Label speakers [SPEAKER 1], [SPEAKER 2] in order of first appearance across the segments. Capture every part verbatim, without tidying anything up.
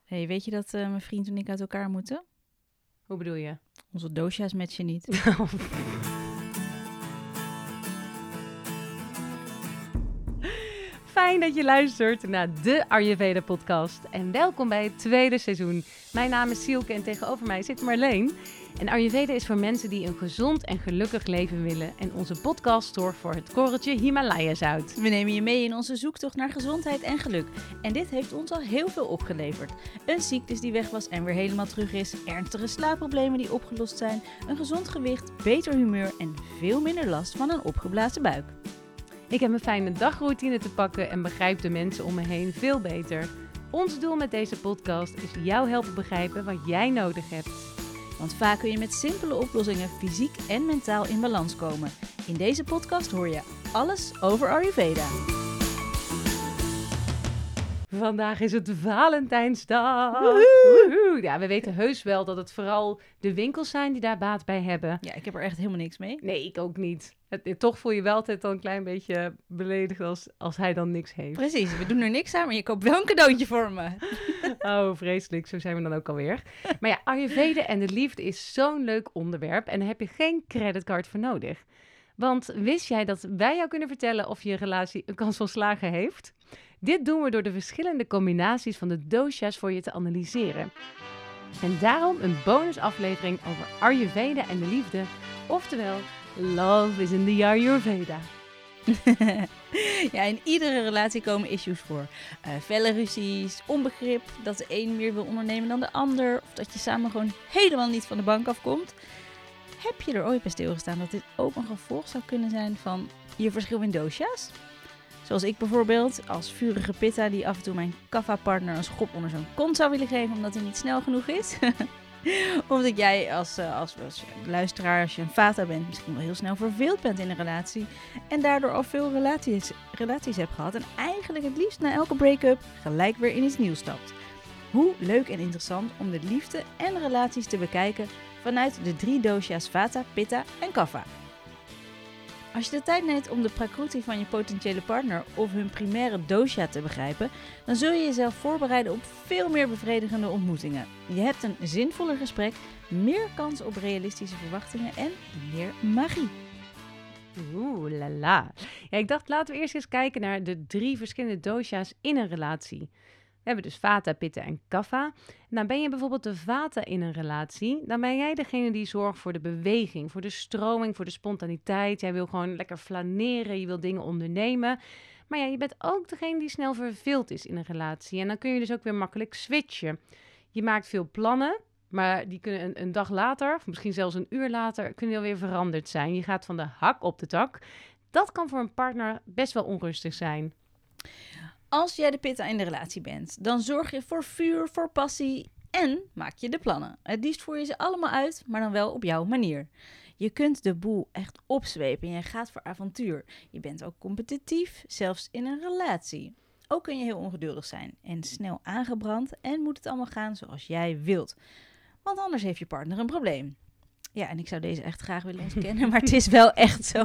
[SPEAKER 1] Hey, weet je dat uh, mijn vriend en ik uit elkaar moeten?
[SPEAKER 2] Hoe bedoel je?
[SPEAKER 1] Onze dosha's matchen niet.
[SPEAKER 2] Fijn dat je luistert naar de Ayurveda podcast. En welkom bij het tweede seizoen. Mijn naam is Sielke en tegenover mij zit Marleen. En Ayurveda is voor mensen die een gezond en gelukkig leven willen. En onze podcast zorgt voor het korreltje Himalaya-zout.
[SPEAKER 1] We nemen je mee in onze zoektocht naar gezondheid en geluk. En dit heeft ons al heel veel opgeleverd. Een ziektes die weg was en weer helemaal terug is. Ernstige slaapproblemen die opgelost zijn. Een gezond gewicht, beter humeur en veel minder last van een opgeblazen buik.
[SPEAKER 2] Ik heb een fijne dagroutine te pakken en begrijp de mensen om me heen veel beter. Ons doel met deze podcast is jou helpen begrijpen wat jij nodig hebt.
[SPEAKER 1] Want vaak kun je met simpele oplossingen fysiek en mentaal in balans komen. In deze podcast hoor je alles over Ayurveda.
[SPEAKER 2] Vandaag is het Valentijnsdag.
[SPEAKER 1] Woehoe!
[SPEAKER 2] Woehoe. Ja, we weten heus wel dat het vooral de winkels zijn die daar baat bij hebben.
[SPEAKER 1] Ja, ik heb er echt helemaal niks mee.
[SPEAKER 2] Nee, ik ook niet. Het, het, toch voel je wel altijd al een klein beetje beledigd als, als hij dan niks heeft.
[SPEAKER 1] Precies, we doen er niks aan, maar je koopt wel een cadeautje voor me.
[SPEAKER 2] Oh, vreselijk. Zo zijn we dan ook alweer. Maar ja, Ayurveda en de liefde is zo'n leuk onderwerp en daar heb je geen creditcard voor nodig. Want wist jij dat wij jou kunnen vertellen of je relatie een kans van slagen heeft? Dit doen we door de verschillende combinaties van de dosha's voor je te analyseren. En daarom een bonusaflevering over Ayurveda en de liefde, oftewel Love is in the Ayurveda.
[SPEAKER 1] Ja, in iedere relatie komen issues voor. Uh, felle ruzies, onbegrip, dat de een meer wil ondernemen dan de ander, of dat je samen gewoon helemaal niet van de bank afkomt. Heb je er ooit bij stilgestaan dat dit ook een gevolg zou kunnen zijn van je verschil in dosha's? Zoals ik bijvoorbeeld, als vurige pitta die af en toe mijn kapha-partner een schop onder zijn kont zou willen geven omdat hij niet snel genoeg is. Of dat jij als, uh, als, als luisteraar, als je een vata bent, misschien wel heel snel verveeld bent in een relatie. En daardoor al veel relaties, relaties hebt gehad. En eigenlijk het liefst na elke break-up gelijk weer in iets nieuws stapt. Hoe leuk en interessant om de liefde en relaties te bekijken vanuit de drie dosha's vata, pitta en kapha. Als je de tijd neemt om de prakruti van je potentiële partner of hun primaire dosha te begrijpen, dan zul je jezelf voorbereiden op veel meer bevredigende ontmoetingen. Je hebt een zinvoller gesprek, meer kans op realistische verwachtingen en meer magie.
[SPEAKER 2] Oeh, la la. Ja, ik dacht, laten we eerst eens kijken naar de drie verschillende dosha's in een relatie. We hebben dus vata, pitta en kapha. Nou, ben je bijvoorbeeld de vata in een relatie, dan ben jij degene die zorgt voor de beweging, voor de stroming, voor de spontaniteit. Jij wil gewoon lekker flaneren, je wil dingen ondernemen. Maar ja, je bent ook degene die snel verveeld is in een relatie. En dan kun je dus ook weer makkelijk switchen. Je maakt veel plannen, maar die kunnen een, een dag later, of misschien zelfs een uur later, kunnen alweer veranderd zijn. Je gaat van de hak op de tak. Dat kan voor een partner best wel onrustig zijn.
[SPEAKER 1] Als jij de pitta in de relatie bent, dan zorg je voor vuur, voor passie en maak je de plannen. Het liefst voer je ze allemaal uit, maar dan wel op jouw manier. Je kunt de boel echt opzwepen en je gaat voor avontuur. Je bent ook competitief, zelfs in een relatie. Ook kun je heel ongeduldig zijn en snel aangebrand en moet het allemaal gaan zoals jij wilt. Want anders heeft je partner een probleem. Ja, en ik zou deze echt graag willen ontkennen, maar het is wel echt zo.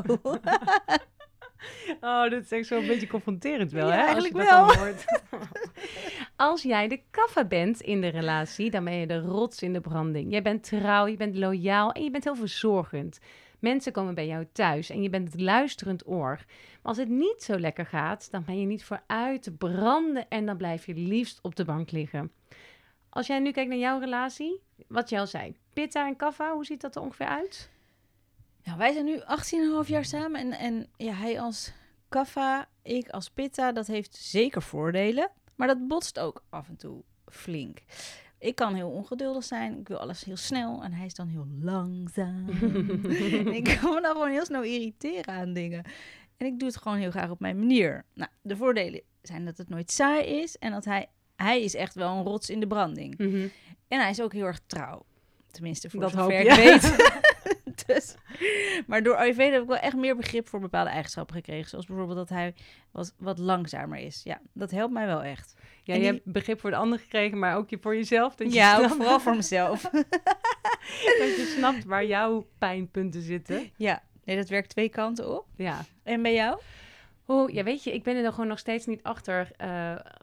[SPEAKER 2] Oh, dat is echt zo een beetje confronterend wel,
[SPEAKER 1] ja,
[SPEAKER 2] hè?
[SPEAKER 1] Eigenlijk
[SPEAKER 2] als je
[SPEAKER 1] wel.
[SPEAKER 2] dat dan hoort. Als jij de kapha bent in de relatie, dan ben je de rots in de branding. Jij bent trouw, je bent loyaal en je bent heel verzorgend. Mensen komen bij jou thuis en je bent het luisterend oor. Maar als het niet zo lekker gaat, dan ben je niet vooruit te branden en dan blijf je liefst op de bank liggen. Als jij nu kijkt naar jouw relatie, wat jij al zei, pitta en kapha, hoe ziet dat er ongeveer uit?
[SPEAKER 1] Ja, wij zijn nu achttien komma vijf jaar samen en, en ja, hij als kapha, ik als pitta, dat heeft zeker voordelen. Maar dat botst ook af en toe flink. Ik kan heel ongeduldig zijn, ik wil alles heel snel en hij is dan heel langzaam. En ik kan me dan gewoon heel snel irriteren aan dingen. En ik doe het gewoon heel graag op mijn manier. Nou, de voordelen zijn dat het nooit saai is en dat hij, hij is echt wel een rots in de branding.
[SPEAKER 2] Mm-hmm.
[SPEAKER 1] En hij is ook heel erg trouw. Tenminste, voor
[SPEAKER 2] dat
[SPEAKER 1] zover
[SPEAKER 2] hoop
[SPEAKER 1] ik
[SPEAKER 2] je.
[SPEAKER 1] weet. Dus, maar door Ayurveda heb ik wel echt meer begrip voor bepaalde eigenschappen gekregen. Zoals bijvoorbeeld dat hij wat, wat langzamer is. Ja, dat helpt mij wel echt.
[SPEAKER 2] Ja,
[SPEAKER 1] En
[SPEAKER 2] je
[SPEAKER 1] die...
[SPEAKER 2] hebt begrip voor de ander gekregen, maar ook voor jezelf. Dat je
[SPEAKER 1] ja,
[SPEAKER 2] snapt,
[SPEAKER 1] ook vooral voor mezelf.
[SPEAKER 2] dat je snapt waar jouw pijnpunten zitten.
[SPEAKER 1] Ja, nee, dat werkt twee kanten op.
[SPEAKER 2] Ja.
[SPEAKER 1] En bij jou?
[SPEAKER 2] Oh, ja, weet je, ik ben er dan gewoon nog steeds niet achter uh,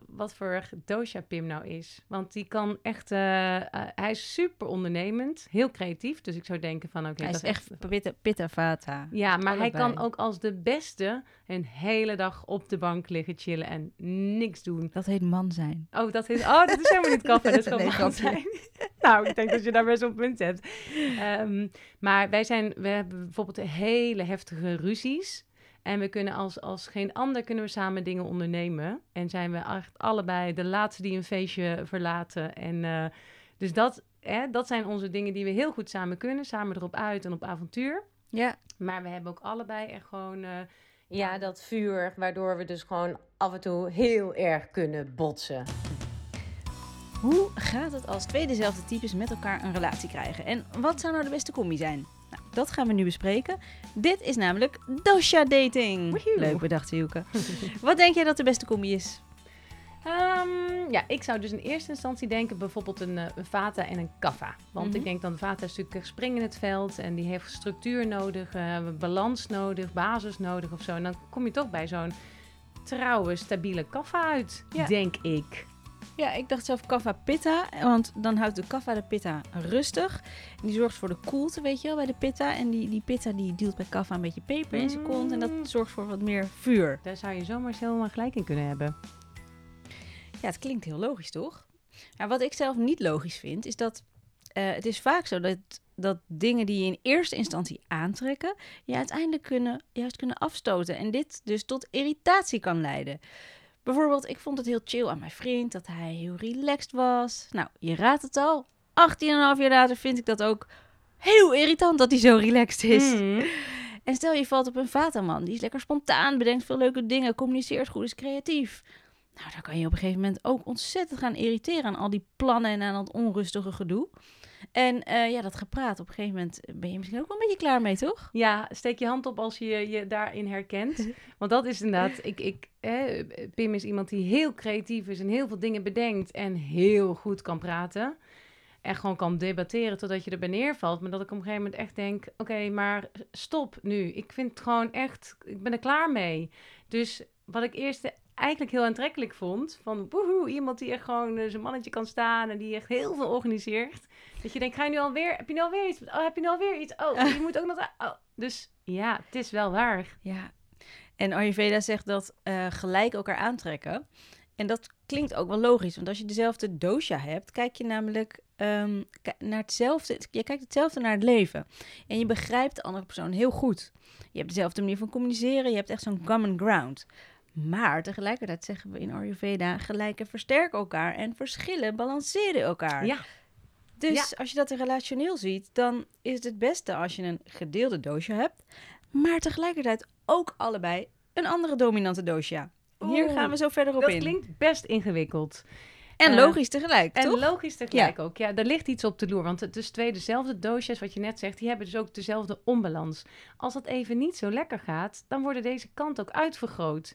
[SPEAKER 2] wat voor dosha Pim nou is. Want die kan echt... Uh, uh, hij is super ondernemend, heel creatief. Dus ik zou denken van... oké,
[SPEAKER 1] hij
[SPEAKER 2] dat
[SPEAKER 1] is echt pitta, pitta vata.
[SPEAKER 2] Ja, maar
[SPEAKER 1] allebei.
[SPEAKER 2] Hij kan ook als de beste een hele dag op de bank liggen chillen en niks doen.
[SPEAKER 1] Dat heet man zijn.
[SPEAKER 2] Oh, dat is, oh, dat is helemaal niet kaffe, dat is gewoon
[SPEAKER 1] Nee,
[SPEAKER 2] man zijn. Nou, ik denk dat je daar best op punt hebt. Um, maar wij zijn, we hebben bijvoorbeeld hele heftige ruzies. En we kunnen als, als geen ander kunnen we samen dingen ondernemen. En zijn we echt allebei de laatste die een feestje verlaten. En uh, dus dat, hè, dat zijn onze dingen die we heel goed samen kunnen. Samen erop uit en op avontuur.
[SPEAKER 1] Ja.
[SPEAKER 2] Maar we hebben ook allebei echt gewoon... Uh,
[SPEAKER 3] ja, dat vuur, waardoor we dus gewoon af en toe heel erg kunnen botsen.
[SPEAKER 1] Hoe gaat het als twee dezelfde types met elkaar een relatie krijgen? En wat zou nou de beste combi zijn? Nou, dat gaan we nu bespreken. Dit is namelijk dosha dating.
[SPEAKER 2] Woehoe.
[SPEAKER 1] Leuk bedacht, Hielke. Wat denk jij dat de beste combi is?
[SPEAKER 2] Um, ja, ik zou dus in eerste instantie denken bijvoorbeeld een, een vata en een kapha. Want mm-hmm. ik denk dat een vata is natuurlijk spring in het veld en die heeft structuur nodig, uh, balans nodig, basis nodig of zo. En dan kom je toch bij zo'n trouwe, stabiele kapha uit, ja. denk ik.
[SPEAKER 1] Ja, ik dacht zelf kapha pitta, want dan houdt de kapha de pitta rustig. En die zorgt voor de koelte, weet je wel, bij de pitta. En die, die pitta die duwt bij kapha een beetje peper in zijn kont en dat zorgt voor wat meer vuur.
[SPEAKER 2] Daar zou je zomaar helemaal gelijk in kunnen hebben.
[SPEAKER 1] Ja, het klinkt heel logisch, toch? Maar wat ik zelf niet logisch vind, is dat uh, het is vaak zo dat, dat dingen die je in eerste instantie aantrekken, je uiteindelijk kunnen, juist kunnen afstoten. En dit dus tot irritatie kan leiden. Bijvoorbeeld, ik vond het heel chill aan mijn vriend, dat hij heel relaxed was. Nou, je raadt het al. achttien komma vijf jaar later vind ik dat ook heel irritant dat hij zo relaxed is.
[SPEAKER 2] Mm.
[SPEAKER 1] En stel je valt op een vataman, die is lekker spontaan, bedenkt veel leuke dingen, communiceert goed, is creatief. Nou, dan kan je op een gegeven moment ook ontzettend gaan irriteren aan al die plannen en aan dat onrustige gedoe. En uh, ja, dat gepraat, op een gegeven moment ben je misschien ook wel een beetje klaar mee, toch?
[SPEAKER 2] Ja, steek je hand op als je je daarin herkent. Want dat is inderdaad, ik, ik, eh, Pim is iemand die heel creatief is en heel veel dingen bedenkt en heel goed kan praten. En gewoon kan debatteren totdat je erbij neervalt. Maar dat ik op een gegeven moment echt denk, oké, okay, maar stop nu. Ik vind het gewoon echt, ik ben er klaar mee. Dus wat ik eerst eigenlijk heel aantrekkelijk vond, van woehoe, iemand die echt gewoon uh, zijn mannetje kan staan en die echt heel veel organiseert. Dat je denkt, ga je nu alweer, heb je nu alweer iets? Oh, heb je nu alweer iets? Oh, je moet ook nog... Oh. Dus ja, het is wel waar.
[SPEAKER 1] Ja, en Ayurveda zegt dat uh, gelijk elkaar aantrekken. En dat klinkt ook wel logisch, want als je dezelfde dosha hebt, kijk je namelijk um, naar hetzelfde, je kijkt hetzelfde naar het leven. En je begrijpt de andere persoon heel goed. Je hebt dezelfde manier van communiceren, je hebt echt zo'n common ground. Maar tegelijkertijd zeggen we in Ayurveda, gelijken versterken elkaar en verschillen balanceren elkaar.
[SPEAKER 2] Ja.
[SPEAKER 1] Dus
[SPEAKER 2] ja.
[SPEAKER 1] als je dat relationeel ziet, dan is het het beste als je een gedeelde dosha hebt, maar tegelijkertijd ook allebei een andere dominante dosha. Hier
[SPEAKER 2] Oeh,
[SPEAKER 1] gaan we zo verder op
[SPEAKER 2] dat
[SPEAKER 1] in.
[SPEAKER 2] Dat klinkt best ingewikkeld.
[SPEAKER 1] En
[SPEAKER 2] uh,
[SPEAKER 1] logisch tegelijk,
[SPEAKER 2] en
[SPEAKER 1] toch?
[SPEAKER 2] En logisch tegelijk
[SPEAKER 1] ja.
[SPEAKER 2] ook. Ja, er ligt iets op de loer. Want het is twee dezelfde dosha's, wat je net zegt, die hebben dus ook dezelfde onbalans. Als dat even niet zo lekker gaat, dan worden deze kanten ook uitvergroot.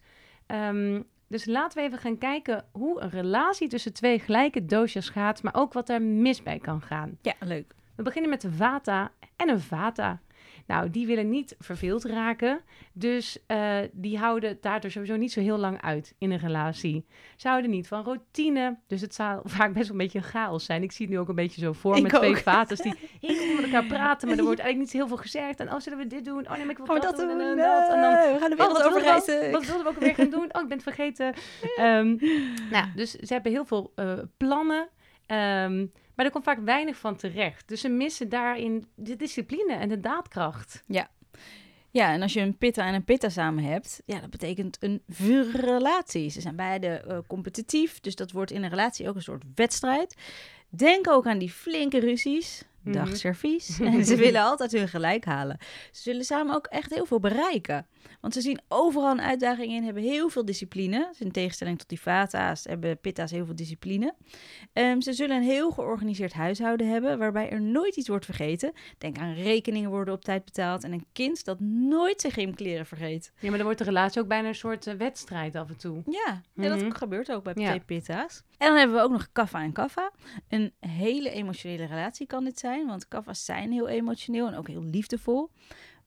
[SPEAKER 2] Um, dus laten we even gaan kijken hoe een relatie tussen twee gelijke dosha's gaat, maar ook wat er mis bij kan gaan.
[SPEAKER 1] Ja, leuk.
[SPEAKER 2] We beginnen met een vata en een vata. Nou, die willen niet verveeld raken, dus uh, die houden daardoor sowieso niet zo heel lang uit in een relatie. Ze houden niet van routine, dus het zou vaak best wel een beetje een chaos zijn. Ik zie het nu ook een beetje zo voor
[SPEAKER 1] ik
[SPEAKER 2] met
[SPEAKER 1] ook.
[SPEAKER 2] twee vatas die heel met elkaar praten, maar er wordt eigenlijk niet heel veel gezegd. En oh, zullen we dit doen? Oh nee, maar ik wil
[SPEAKER 1] Gaan
[SPEAKER 2] dat,
[SPEAKER 1] we dat
[SPEAKER 2] doen.
[SPEAKER 1] doen.
[SPEAKER 2] En, en, dat. En dan,
[SPEAKER 1] we gaan de wereld
[SPEAKER 2] oh,
[SPEAKER 1] over reizen.
[SPEAKER 2] Wat wilden we ook weer gaan doen? Oh, ik ben het vergeten. Um, nou, dus ze hebben heel veel uh, plannen. Um, maar er komt vaak weinig van terecht. Dus ze missen daarin de discipline en de daadkracht.
[SPEAKER 1] Ja. Ja, en als je een pitta en een pitta samen hebt, ja, dat betekent een vuurrelatie. Ze zijn beide uh, competitief, dus dat wordt in een relatie ook een soort wedstrijd. Denk ook aan die flinke ruzies.
[SPEAKER 2] Mm-hmm.
[SPEAKER 1] Dag servies. En ze willen altijd hun gelijk halen. Ze zullen samen ook echt heel veel bereiken. Want ze zien overal een uitdaging in, hebben heel veel discipline. Dus in tegenstelling tot die vata's hebben pitta's heel veel discipline. Um, ze zullen een heel georganiseerd huishouden hebben, waarbij er nooit iets wordt vergeten. Denk aan rekeningen worden op tijd betaald en een kind dat nooit zijn gymkleren vergeet.
[SPEAKER 2] Ja, maar dan wordt de relatie ook bijna een soort uh, wedstrijd af en toe.
[SPEAKER 1] Ja,
[SPEAKER 2] mm-hmm.
[SPEAKER 1] ja, dat gebeurt ook bij
[SPEAKER 2] ja.
[SPEAKER 1] twee pitta's. En dan hebben we ook nog kapha en kapha. Een hele emotionele relatie kan dit zijn, want kapha's zijn heel emotioneel en ook heel liefdevol.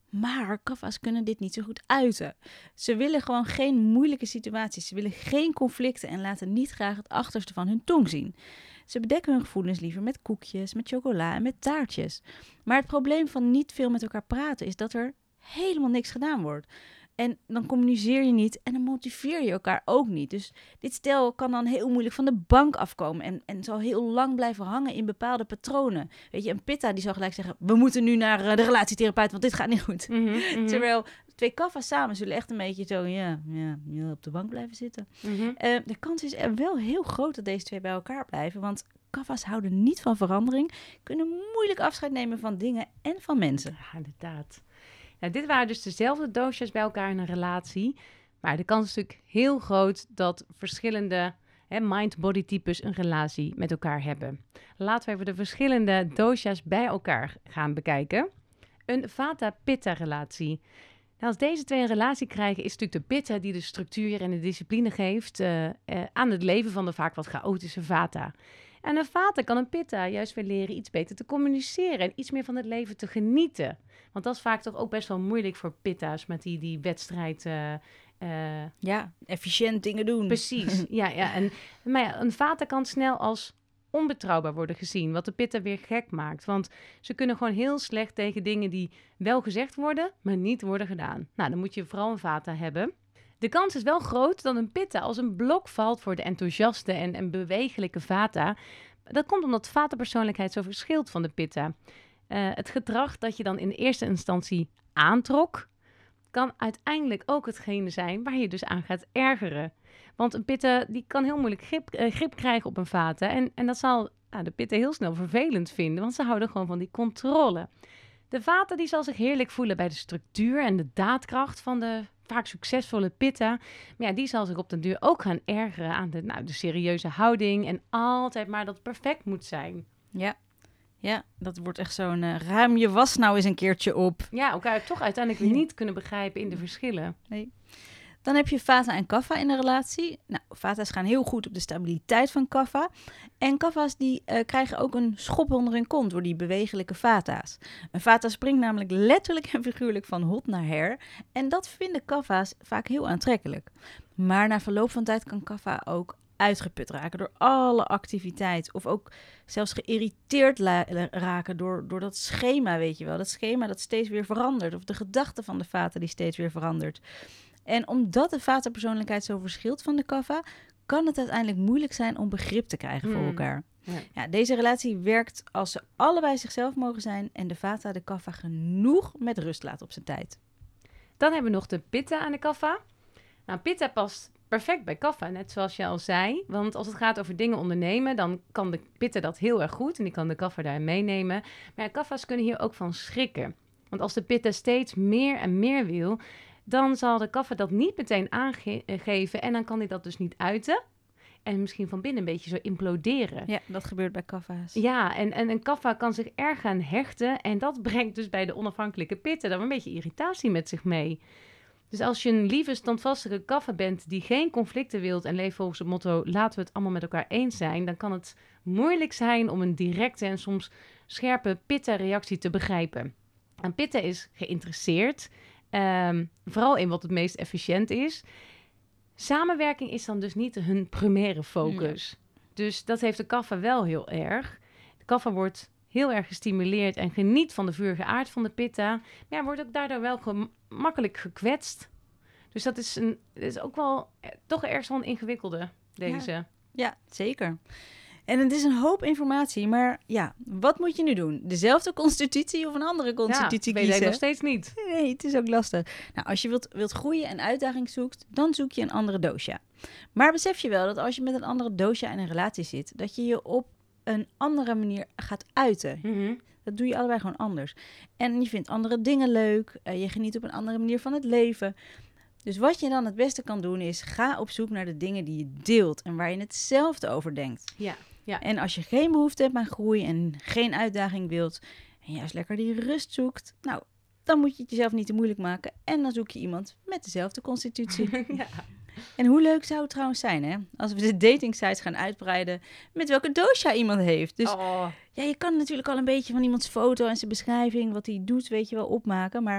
[SPEAKER 1] Maar kaffa's kunnen dit niet zo goed uiten. Ze willen gewoon geen moeilijke situaties. Ze willen geen conflicten en laten niet graag het achterste van hun tong zien. Ze bedekken hun gevoelens liever met koekjes, met chocola en met taartjes. Maar het probleem van niet veel met elkaar praten is dat er helemaal niks gedaan wordt. En dan communiceer je niet en dan motiveer je elkaar ook niet. Dus dit stel kan dan heel moeilijk van de bank afkomen en, en zal heel lang blijven hangen in bepaalde patronen. Weet je, een pitta die zal gelijk zeggen, we moeten nu naar uh, de relatietherapeut, want dit gaat niet goed.
[SPEAKER 2] Mm-hmm, mm-hmm.
[SPEAKER 1] Terwijl twee kaffa's samen zullen echt een beetje zo, ja, ja, ja op de bank blijven zitten.
[SPEAKER 2] Mm-hmm.
[SPEAKER 1] Uh, de kans is er wel heel groot dat deze twee bij elkaar blijven, want kaffa's houden niet van verandering, kunnen moeilijk afscheid nemen van dingen en van mensen.
[SPEAKER 2] Ja, inderdaad. Nou, dit waren dus dezelfde doosjes bij elkaar in een relatie. Maar de kans is natuurlijk heel groot dat verschillende hè, mind-body types een relatie met elkaar hebben. Laten we even de verschillende doosjes bij elkaar gaan bekijken. Een Vata-Pitta relatie. Nou, als deze twee een relatie krijgen, is natuurlijk de Pitta die de structuur en de discipline geeft uh, uh, aan het leven van de vaak wat chaotische Vata. En een Vata kan een Pitta juist weer leren iets beter te communiceren en iets meer van het leven te genieten. Want dat is vaak toch ook best wel moeilijk voor Pitta's met die, die wedstrijd. Uh, uh,
[SPEAKER 1] ja, efficiënt dingen doen.
[SPEAKER 2] Precies, ja. ja. En, maar ja, een Vata kan snel als onbetrouwbaar worden gezien, wat de Pitta weer gek maakt. Want ze kunnen gewoon heel slecht tegen dingen die wel gezegd worden, maar niet worden gedaan. Nou, dan moet je vooral een Vata hebben. De kans is wel groot dat een Pitta als een blok valt voor de enthousiaste en, en bewegelijke Vata. Dat komt omdat de Vata-persoonlijkheid zo verschilt van de Pitta. Uh, het gedrag dat je dan in eerste instantie aantrok, kan uiteindelijk ook hetgene zijn waar je dus aan gaat ergeren. Want een Pitta die kan heel moeilijk grip, uh, grip krijgen op een Vata. En, en dat zal nou, de Pitta heel snel vervelend vinden, want ze houden gewoon van die controle. De Vata die zal zich heerlijk voelen bij de structuur en de daadkracht van de vaak succesvolle Pitta. Maar ja, die zal zich op den duur ook gaan ergeren aan de, nou, de serieuze houding en altijd maar dat het perfect moet zijn.
[SPEAKER 1] Ja. Ja, dat wordt echt zo'n uh, ruim je was nou eens een keertje op.
[SPEAKER 2] Ja, elkaar toch uiteindelijk weer niet kunnen begrijpen in de verschillen.
[SPEAKER 1] Nee. Dan heb je Vata en Kapha in een relatie. Nou, Vata's gaan heel goed op de stabiliteit van Kapha. En Kapha's die uh, krijgen ook een schop onder hun kont door die bewegelijke Vata's. Een Vata springt namelijk letterlijk en figuurlijk van hot naar her. En dat vinden Kapha's vaak heel aantrekkelijk. Maar na verloop van tijd kan Kapha ook uitgeput raken door alle activiteit. Of ook zelfs geïrriteerd la- raken door, door dat schema, weet je wel. Dat schema dat steeds weer verandert. Of de gedachten van de Vata die steeds weer verandert. En omdat de Vata-persoonlijkheid zo verschilt van de Kapha, kan het uiteindelijk moeilijk zijn om begrip te krijgen voor
[SPEAKER 2] Hmm.
[SPEAKER 1] elkaar.
[SPEAKER 2] Ja.
[SPEAKER 1] Ja, deze relatie werkt als ze allebei zichzelf mogen zijn en de Vata de Kapha genoeg met rust laat op zijn tijd.
[SPEAKER 2] Dan hebben we nog de Pitta aan de Kapha. Nou, Pitta past perfect bij Kapha, net zoals je al zei. Want als het gaat over dingen ondernemen, dan kan de Pitta dat heel erg goed en die kan de Kapha daarin meenemen. Maar ja, Kapha's kunnen hier ook van schrikken. Want als de Pitta steeds meer en meer wil, dan zal de Kapha dat niet meteen aangeven en dan kan hij dat dus niet uiten. En misschien van binnen een beetje zo imploderen.
[SPEAKER 1] Ja, dat gebeurt bij Kapha's.
[SPEAKER 2] Ja, en, en een Kapha kan zich erg gaan hechten. En dat brengt dus bij de onafhankelijke Pitta dan een beetje irritatie met zich mee. Dus als je een lieve, standvastige Kapha bent die geen conflicten wilt en leeft volgens het motto laten we het allemaal met elkaar eens zijn, dan kan het moeilijk zijn om een directe en soms scherpe Pitta-reactie te begrijpen. En Pitta is geïnteresseerd, um, vooral in wat het meest efficiënt is. Samenwerking is dan dus niet hun primaire focus. Ja. Dus dat heeft de Kapha wel heel erg. De Kapha wordt heel erg gestimuleerd en geniet van de vurige aard van de Pitta. Maar ja, wordt ook daardoor wel gemakkelijk gekwetst. Dus dat is, een, dat is ook wel eh, toch ergens wel een ingewikkelde, deze.
[SPEAKER 1] Ja, ja, zeker. En het is een hoop informatie, maar ja, wat moet je nu doen? Dezelfde constitutie of een andere constitutie
[SPEAKER 2] ja,
[SPEAKER 1] kiezen?
[SPEAKER 2] weet ik nog steeds niet.
[SPEAKER 1] Nee, het is ook lastig. Nou, als je wilt, wilt groeien en uitdaging zoekt, dan zoek je een andere dosha. Maar besef je wel dat als je met een andere dosha in een relatie zit, dat je je op een andere manier gaat uiten.
[SPEAKER 2] Mm-hmm.
[SPEAKER 1] Dat doe je allebei gewoon anders. En je vindt andere dingen leuk, uh, je geniet op een andere manier van het leven. Dus wat je dan het beste kan doen is, ga op zoek naar de dingen die je deelt en waar je hetzelfde over denkt.
[SPEAKER 2] Ja. Ja.
[SPEAKER 1] En als je geen behoefte hebt aan groei en geen uitdaging wilt en juist lekker die rust zoekt, nou, dan moet je het jezelf niet te moeilijk maken en dan zoek je iemand met dezelfde constitutie.
[SPEAKER 2] Ja.
[SPEAKER 1] En hoe leuk zou het trouwens zijn, hè? Als we de datingsites gaan uitbreiden met welke dosha iemand heeft. Dus
[SPEAKER 2] oh.
[SPEAKER 1] ja, je kan natuurlijk al een beetje van iemands foto en zijn beschrijving, wat hij doet, weet je wel, opmaken. Maar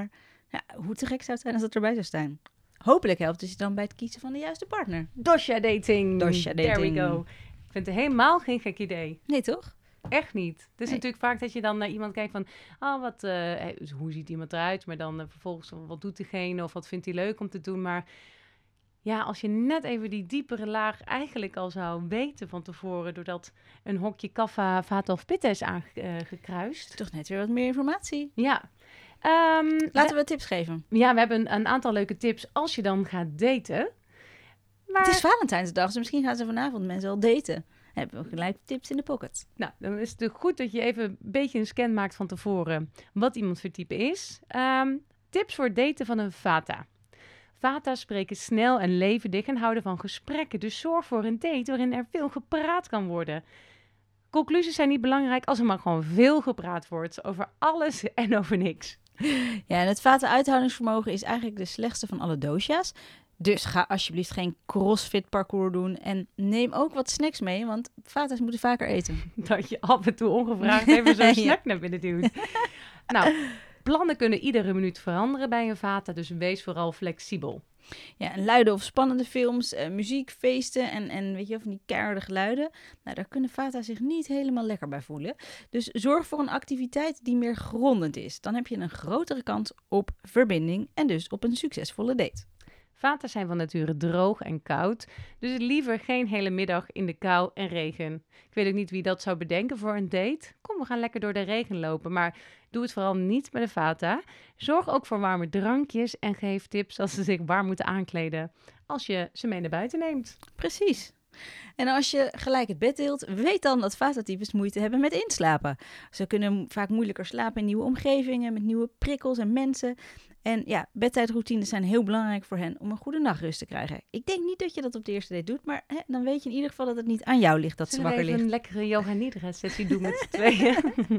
[SPEAKER 1] Ja, hoe te gek zou het zijn als dat erbij zou staan? Hopelijk helpt het je dan bij het kiezen van de juiste partner.
[SPEAKER 2] Dosha dating.
[SPEAKER 1] Dosha
[SPEAKER 2] There
[SPEAKER 1] dating.
[SPEAKER 2] we go. Ik vind het helemaal geen gek idee.
[SPEAKER 1] Nee, toch?
[SPEAKER 2] Echt niet. Het is
[SPEAKER 1] Nee.
[SPEAKER 2] natuurlijk vaak dat je dan naar iemand kijkt van... Oh, wat, uh, hoe ziet iemand eruit? Maar dan uh, vervolgens, wat doet diegene? Of wat vindt hij leuk om te doen? Maar ja, als je net even die diepere laag eigenlijk al zou weten van tevoren... doordat een hokje kaffa, vata of pitta is aangekruist.
[SPEAKER 1] Toch net weer wat meer informatie.
[SPEAKER 2] Ja. Um,
[SPEAKER 1] Laten we tips geven.
[SPEAKER 2] Ja, we hebben een, een aantal leuke tips als je dan gaat daten.
[SPEAKER 1] Maar... Het is Valentijnsdag, dus misschien gaan ze vanavond mensen al daten. Hebben we gelijk tips in de pocket.
[SPEAKER 2] Nou, dan is het goed dat je even een beetje een scan maakt van tevoren wat iemand voor type is. Um, tips voor het daten van een vata. Vata's spreken snel en levendig en houden van gesprekken. Dus zorg voor een date waarin er veel gepraat kan worden. Conclusies zijn niet belangrijk als er maar gewoon veel gepraat wordt. Over alles en over niks.
[SPEAKER 1] Ja, en het vata-uithoudingsvermogen is eigenlijk de slechtste van alle dosha's. Dus ga alsjeblieft geen crossfit parcours doen. En neem ook wat snacks mee, want vata's moeten vaker eten.
[SPEAKER 2] Dat je af en toe ongevraagd even zo'n snack ja. naar binnen duwt. Nou, plannen kunnen iedere minuut veranderen bij een vata, dus wees vooral flexibel.
[SPEAKER 1] Ja, en luide of spannende films, uh, muziek, feesten en, en weet je, van die keiharde geluiden. Nou, daar kunnen vata zich niet helemaal lekker bij voelen. Dus zorg voor een activiteit die meer grondend is. Dan heb je een grotere kans op verbinding en dus op een succesvolle date.
[SPEAKER 2] Vata's zijn van nature droog en koud, dus liever geen hele middag in de kou en regen. Ik weet ook niet wie dat zou bedenken voor een date. Kom, we gaan lekker door de regen lopen, maar doe het vooral niet met een vata. Zorg ook voor warme drankjes en geef tips als ze zich warm moeten aankleden als je ze mee naar buiten neemt.
[SPEAKER 1] Precies. En als je gelijk het bed deelt, weet dan dat vata-types moeite hebben met inslapen. Ze kunnen vaak moeilijker slapen in nieuwe omgevingen, met nieuwe prikkels en mensen. En ja, bedtijdroutines zijn heel belangrijk voor hen om een goede nachtrust te krijgen. Ik denk niet dat je dat op de eerste date doet, maar hè, dan weet je in ieder geval dat het niet aan jou ligt dat ze wakker ligt.
[SPEAKER 2] Zullen we even een lekkere yoga nidra sessie doen met z'n tweeën?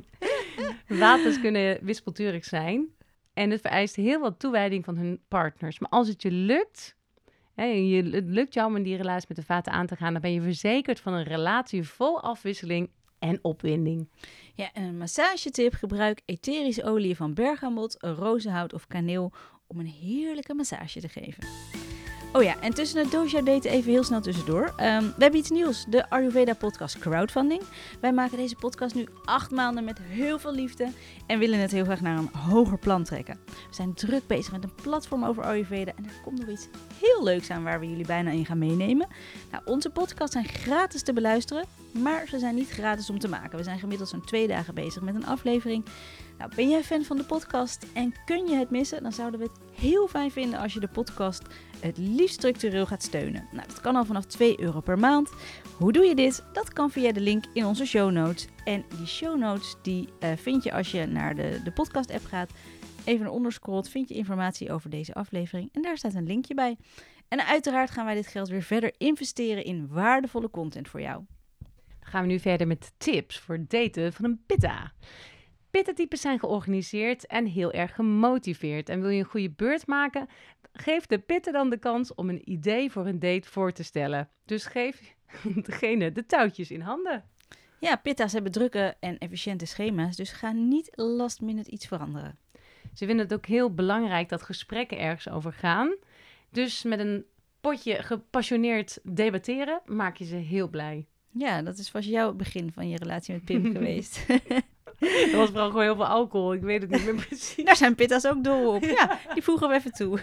[SPEAKER 2] Waters kunnen wispelturig zijn en het vereist heel wat toewijding van hun partners. Maar als het je lukt... Hey, je, het lukt jou om die relatie met de vata aan te gaan, dan ben je verzekerd van een relatie vol afwisseling en opwinding.
[SPEAKER 1] Ja, en een massagetip: gebruik etherische olie van bergamot, rozenhout of kaneel om een heerlijke massage te geven. Oh ja, en tussen het dosha daten even heel snel tussendoor. Um, we hebben iets nieuws, de Ayurveda podcast crowdfunding. Wij maken deze podcast nu acht maanden met heel veel liefde en willen het heel graag naar een hoger plan trekken. We zijn druk bezig met een platform over Ayurveda en er komt nog iets heel leuks aan waar we jullie bijna in gaan meenemen. Nou, onze podcasts zijn gratis te beluisteren, maar ze zijn niet gratis om te maken. We zijn gemiddeld zo'n twee dagen bezig met een aflevering. Nou, ben jij fan van de podcast en kun je het missen? Dan zouden we het heel fijn vinden als je de podcast het liefst structureel gaat steunen. Nou, dat kan al vanaf twee euro per maand. Hoe doe je dit? Dat kan via de link in onze show notes. En die show notes die uh, vind je als je naar de, de podcast app gaat. Even naar onder scrolt, vind je informatie over deze aflevering. En daar staat een linkje bij. En uiteraard gaan wij dit geld weer verder investeren in waardevolle content voor jou.
[SPEAKER 2] Dan gaan we nu verder met tips voor het daten van een pitta. Pitta-types zijn georganiseerd en heel erg gemotiveerd. En wil je een goede beurt maken, geef de pitta dan de kans om een idee voor een date voor te stellen. Dus geef degene de touwtjes in handen.
[SPEAKER 1] Ja, pitta's hebben drukke en efficiënte schema's, dus ga niet last minute iets veranderen.
[SPEAKER 2] Ze vinden het ook heel belangrijk dat gesprekken ergens over gaan. Dus met een potje gepassioneerd debatteren maak je ze heel blij.
[SPEAKER 1] Ja, dat is vast jouw begin van je relatie met Pim geweest.
[SPEAKER 2] Er was vooral gewoon heel veel alcohol. Ik weet het niet meer precies.
[SPEAKER 1] Daar zijn pitta's ook dol op. Ja, die voegen we even toe.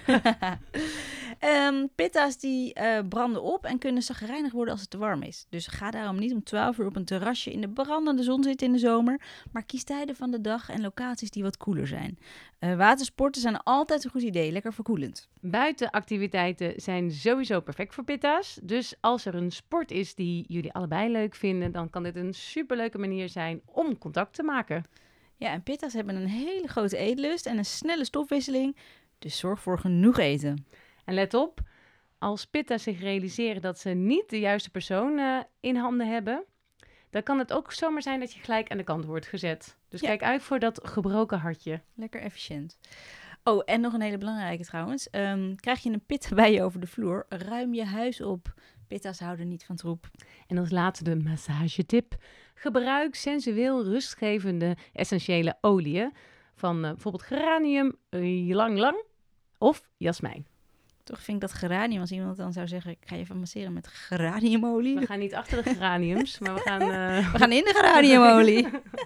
[SPEAKER 1] um, pitta's die uh, branden op en kunnen chagrijnig worden als het te warm is. Dus ga daarom niet om twaalf uur op een terrasje in de brandende zon zitten in de zomer. Maar kies tijden van de dag en locaties die wat koeler zijn. Uh, watersporten zijn altijd een goed idee. Lekker verkoelend.
[SPEAKER 2] Buitenactiviteiten zijn sowieso perfect voor pitta's. Dus als er een sport is die jullie allebei leuk vinden, dan kan dit een superleuke manier zijn om contact te maken.
[SPEAKER 1] Ja, en pitta's hebben een hele grote eetlust en een snelle stofwisseling. Dus zorg voor genoeg eten.
[SPEAKER 2] En let op, als pitta's zich realiseren dat ze niet de juiste persoon uh, in handen hebben, dan kan het ook zomaar zijn dat je gelijk aan de kant wordt gezet. Dus ja. Kijk uit voor dat gebroken hartje.
[SPEAKER 1] Lekker efficiënt. Oh, en nog een hele belangrijke trouwens. Um, krijg je een pitta bij je over de vloer, ruim je huis op. Pitta's houden niet van troep.
[SPEAKER 2] En als laatste de massagetip. Gebruik sensueel rustgevende essentiële oliën. van uh, bijvoorbeeld geranium, uh, ylang ylang of jasmijn.
[SPEAKER 1] Toch vind ik dat geranium, als iemand dan zou zeggen, ik ga je even masseren met geraniumolie.
[SPEAKER 2] We gaan niet achter de geraniums, maar we gaan... Uh...
[SPEAKER 1] We gaan in de geraniumolie.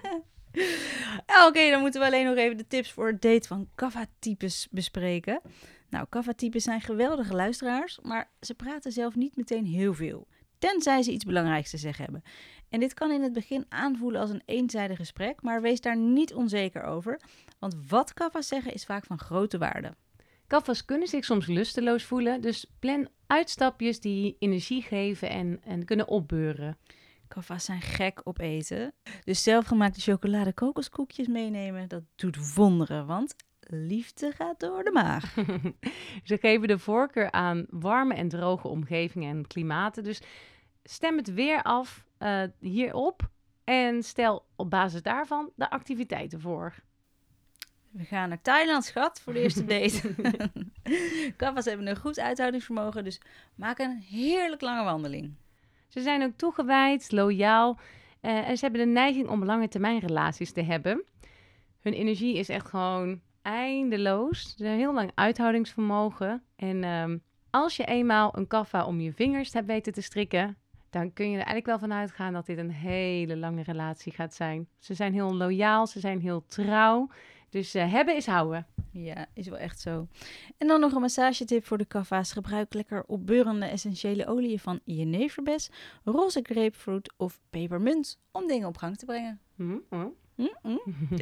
[SPEAKER 1] Oké, okay, dan moeten we alleen nog even de tips voor het date van kaffa-types bespreken. Nou, kaffa-types zijn geweldige luisteraars, maar ze praten zelf niet meteen heel veel. Tenzij ze iets belangrijks te zeggen hebben. En dit kan in het begin aanvoelen als een eenzijdig gesprek, maar wees daar niet onzeker over. Want wat kaffa's zeggen is vaak van grote waarde.
[SPEAKER 2] Kaffa's kunnen zich soms lusteloos voelen, dus plan uitstapjes die energie geven en, en kunnen opbeuren.
[SPEAKER 1] Kaffa's zijn gek op eten. Dus zelfgemaakte chocolade kokoskoekjes meenemen, dat doet wonderen, want liefde gaat door de maag.
[SPEAKER 2] Ze geven de voorkeur aan warme en droge omgevingen en klimaten. Dus stem het weer af uh, hierop en stel op basis daarvan de activiteiten voor.
[SPEAKER 1] We gaan naar Thailand, schat, voor de eerste date. Kaffa's hebben een goed uithoudingsvermogen, dus maak een heerlijk lange wandeling.
[SPEAKER 2] Ze zijn ook toegewijd, loyaal uh, en ze hebben de neiging om lange termijn relaties te hebben. Hun energie is echt gewoon eindeloos. Ze hebben heel lang uithoudingsvermogen. En um, als je eenmaal een kaffa om je vingers hebt weten te strikken, dan kun je er eigenlijk wel van uitgaan dat dit een hele lange relatie gaat zijn. Ze zijn heel loyaal, ze zijn heel trouw. Dus uh, hebben is houden.
[SPEAKER 1] Ja, is wel echt zo. En dan nog een massagetip voor de kaffa's. Gebruik lekker opbeurende essentiële oliën van jeneverbes, roze grapefruit of pepermunt om dingen op gang te brengen.
[SPEAKER 2] Mm-hmm.
[SPEAKER 1] Mm-hmm.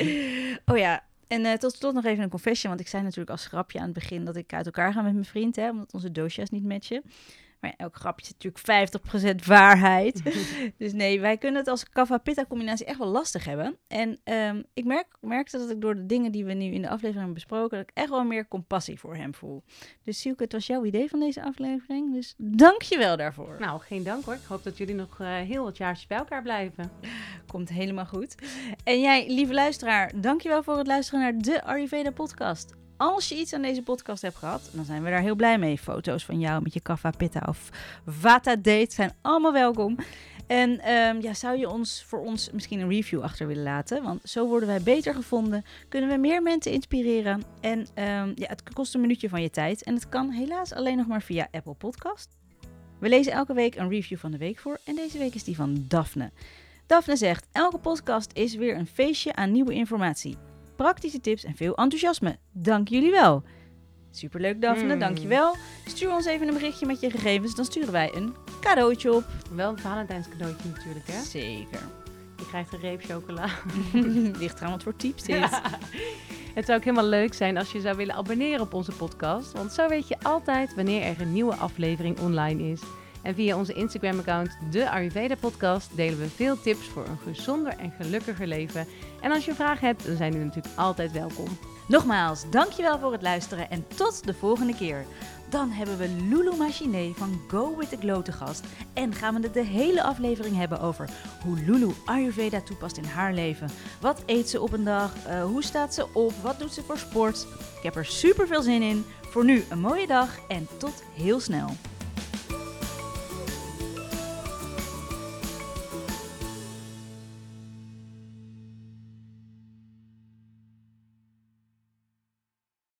[SPEAKER 1] Oh ja, en uh, tot slot nog even een confession, want ik zei natuurlijk als grapje aan het begin dat ik uit elkaar ga met mijn vriend, hè, omdat onze dosha's niet matchen. Maar ja, elk grapje is natuurlijk vijftig procent waarheid. Dus nee, wij kunnen het als kaffa-pitta combinatie echt wel lastig hebben. En um, ik merk, merkte dat ik door de dingen die we nu in de aflevering hebben besproken, dat ik echt wel meer compassie voor hem voel. Dus Sielke, het was jouw idee van deze aflevering. Dus dank je wel daarvoor.
[SPEAKER 2] Nou, geen dank hoor. Ik hoop dat jullie nog uh, heel wat jaartjes bij elkaar blijven.
[SPEAKER 1] Komt helemaal goed. En jij, lieve luisteraar, dank je wel voor het luisteren naar de Ayurveda podcast. Als je iets aan deze podcast hebt gehad, dan zijn we daar heel blij mee. Foto's van jou met je kaffa pitta of vata date zijn allemaal welkom. En um, ja, zou je ons voor ons misschien een review achter willen laten? Want zo worden wij beter gevonden, kunnen we meer mensen inspireren. En um, ja, het kost een minuutje van je tijd. En het kan helaas alleen nog maar via Apple Podcast. We lezen elke week een review van de week voor. En deze week is die van Daphne. Daphne zegt, elke podcast is weer een feestje aan nieuwe informatie. Praktische tips en veel enthousiasme. Dank jullie wel. Superleuk, Daphne, mm. dankjewel. Stuur ons even een berichtje met je gegevens, dan sturen wij een cadeautje op.
[SPEAKER 2] Wel een Valentijns cadeautje natuurlijk, hè?
[SPEAKER 1] Zeker.
[SPEAKER 2] Je krijgt een reep chocola.
[SPEAKER 1] Ligt eraan wat voor types dit.
[SPEAKER 2] Ja. Het zou ook helemaal leuk zijn als je zou willen abonneren op onze podcast. Want zo weet je altijd wanneer er een nieuwe aflevering online is. En via onze Instagram-account, de Ayurveda Podcast, delen we veel tips voor een gezonder en gelukkiger leven. En als je vragen hebt, dan zijn die natuurlijk altijd welkom.
[SPEAKER 1] Nogmaals, dankjewel voor het luisteren en tot de volgende keer. Dan hebben we Lulu Machiné van Go With The Glow te gast. En gaan we het de hele aflevering hebben over hoe Lulu Ayurveda toepast in haar leven. Wat eet ze op een dag? Uh, hoe staat ze op? Wat doet ze voor sport? Ik heb er super veel zin in. Voor nu een mooie dag en tot heel snel.